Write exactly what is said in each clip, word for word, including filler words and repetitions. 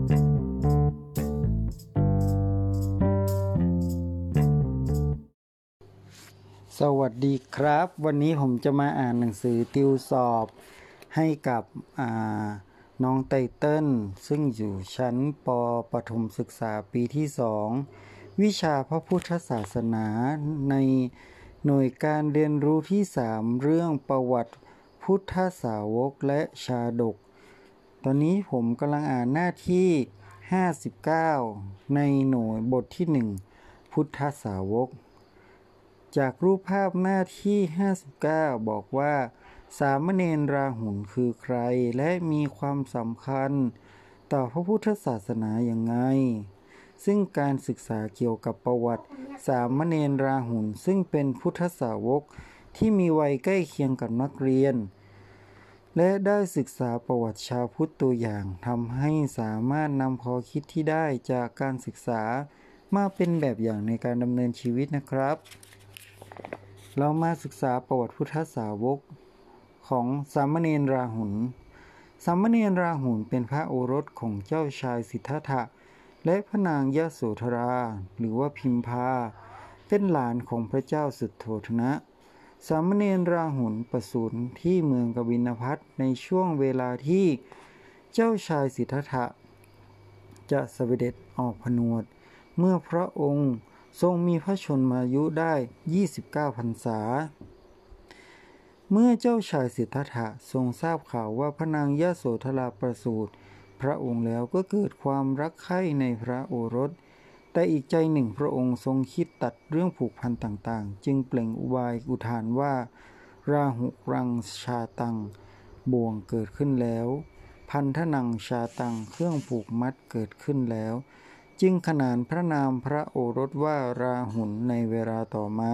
สวัสดีครับวันนี้ผมจะมาอ่านหนังสือติวสอบให้กับน้องไตเติ้ลซึ่งอยู่ชั้นป.ประถมศึกษาปีที่สองวิชาพระพุทธศาสนาในหน่วยการเรียนรู้ที่สามเรื่องประวัติพุทธสาวกและชาดกตอนนี้ผมกำลังอ่านหน้าที่ห้าสิบเก้าในหน่วยบทที่หนึ่งพุทธสาวกจากรูปภาพหน้าที่ห้าสิบเก้าบอกว่าสามเณรราหุลคือใครและมีความสำคัญต่อพระพุทธศาสนาอย่างไรซึ่งการศึกษาเกี่ยวกับประวัติสามเณรราหุลซึ่งเป็นพุทธสาวกที่มีวัยใกล้เคียงกับนักเรียนและได้ศึกษาประวัติชาวพุทธตัวอย่างทำให้สามารถนำข้อคิดที่ได้จากการศึกษามาเป็นแบบอย่างในการดำเนินชีวิตนะครับเรามาศึกษาประวัติพุทธสาวกของสามเณรราหุลสามเณรราหุลเป็นพระโอรสของเจ้าชายสิทธัตถะและพระนางยโสธราหรือว่าพิมพาเป็นหลานของพระเจ้าสุโธทนะสามเณรราหุลประสูติที่เมืองกบิลพัสในช่วงเวลาที่เจ้าชายสิทธัตถะจะเสด็จออกผนวดเมื่อพระองค์ทรงมีพระชนมายุได้ยี่สิบเก้าพรรษาเมื่อเจ้าชายสิทธัตถะทรงทราบข่าวว่าพระนางยโสธราประสูติพระองค์แล้วก็เกิดความรักใคร่ในพระโอรสแต่อีกใจหนึ่งพระองค์ทรงคิดตัดเรื่องผูกพันต่างๆจึงเปล่งอุบายอุทานว่าราหุรังชาตังบ่วงเกิดขึ้นแล้วพันธนังชาตังเครื่องผูกมัดเกิดขึ้นแล้วจึงขนานพระนามพระโอรสว่าราหุลในเวลาต่อมา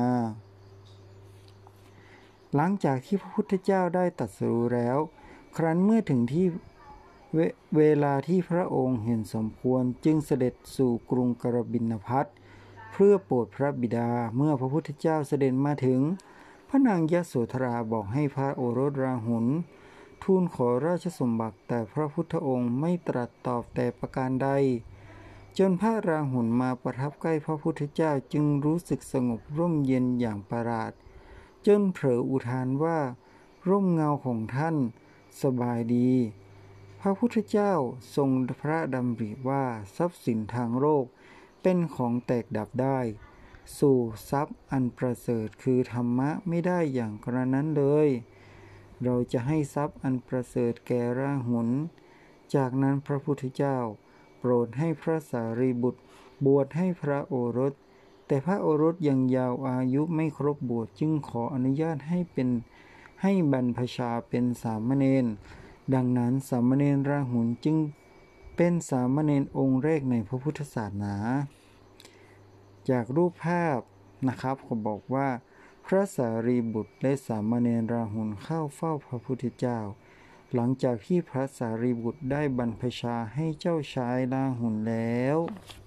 หลังจากที่พระพุทธเจ้าได้ตรัสรู้แล้วครั้นเมื่อถึงที่เว, เวลาที่พระองค์เห็นสมควรจึงเสด็จสู่กรุงกบิลพัสเพื่อโปรดพระบิดาเมื่อพระพุทธเจ้าเสด็จมาถึงพระนางยโสธราบอกให้พระโอรสราหุลทูลขอราชสมบัติแต่พระพุทธองค์ไม่ตรัสตอบแต่ประการใดจนพระราหุลมาประทับใกล้พระพุทธเจ้าจึงรู้สึกสงบร่มเย็นอย่างประหลาดจนเผลออุทานว่าร่มเงาของท่านสบายดีพระพุทธเจ้าทรงพระดำริว่าทรัพย์สินทางโลกเป็นของแตกดับได้สู่ทรัพย์อันประเสริฐคือธรรมะไม่ได้อย่างกระนั้นเลยเราจะให้ทรัพย์อันประเสริฐแก่ราหุลจากนั้นพระพุทธเจ้าโปรดให้พระสารีบุตรบวชให้พระโอรสแต่พระโอรสยังยาวอายุไม่ครบบวชจึงขออนุญาตให้เป็นให้บรรพชาเป็นสามเณรดังนั้นสามเณรราหุลจึงเป็นสามเณรองค์แรกในพระพุทธศาสนาจากรูปภาพนะครับเขาบอกว่าพระสารีบุตรและสามเณรราหุลเข้าเฝ้าพระพุทธเจ้าหลังจากที่พระสารีบุตรได้บรรพชาให้เจ้าชายราหุลแล้ว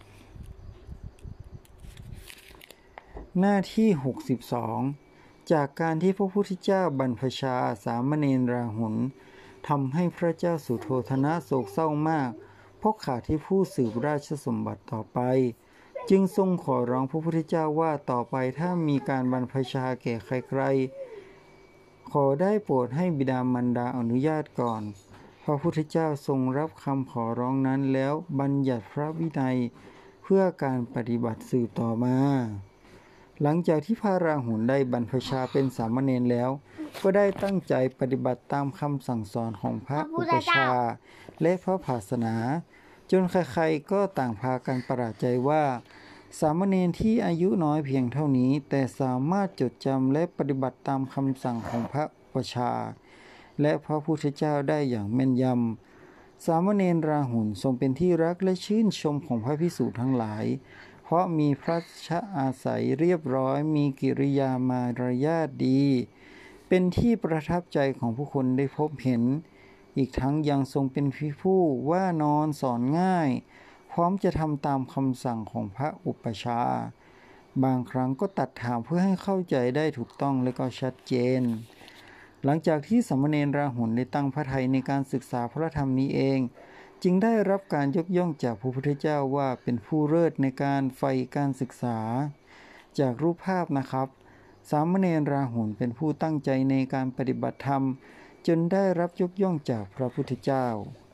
หน้าที่หกสิบสองจากการที่พระพุทธเจ้าบรรพชาสามเณรราหุลทำให้พระเจ้าสุโธทนะโศกเศร้ามากเพราะขาดที่ผู้สืบราชสมบัติต่อไปจึงทรงขอร้องพระพุทธเจ้าว่าต่อไปถ้ามีการบรรพชาแก่ใครๆขอได้โปรดให้บิดามารดาอนุญาตก่อนพระพุทธเจ้าทรงรับคำขอร้องนั้นแล้วบัญญัติพระวินัยเพื่อการปฏิบัติสืบต่อมาหลังจากที่พระราหุลได้บรรพชาเป็นสามเณรแล้วก็ได้ตั้งใจปฏิบัติตามคำสั่งสอนของพระอุปชฌาย์และพระภาสนาจนใครๆก็ต่างพากันประหลาดใจว่าสามเณรที่อายุน้อยเพียงเท่านี้แต่สามารถจดจำและปฏิบัติตามคำสั่งของพระอุปชฌาย์และพระพุทธเจ้าได้อย่างแม่นยำสามเณรราหุลทรงเป็นที่รักและชื่นชมของพระภิกษุทั้งหลายเพราะมีพระชะอาศัยเรียบร้อยมีกิริยามารยาทดีเป็นที่ประทับใจของผู้คนได้พบเห็นอีกทั้งยังทรงเป็นผู้ว่านอนสอนง่ายพร้อมจะทำตามคำสั่งของพระอุปชฌาย์บางครั้งก็ตัดถามเพื่อให้เข้าใจได้ถูกต้องและก็ชัดเจนหลังจากที่สามเณรราหุลได้ตั้งพระทัยในการศึกษาพระธรรมนี้เองจึงได้รับการยกย่องจากพระพุทธเจ้าว่าเป็นผู้เลิศในการใฝ่การศึกษาจากรูปภาพนะครับสามเณรราหุลเป็นผู้ตั้งใจในการปฏิบัติธรรมจนได้รับยกย่องจากพระพุทธเจ้า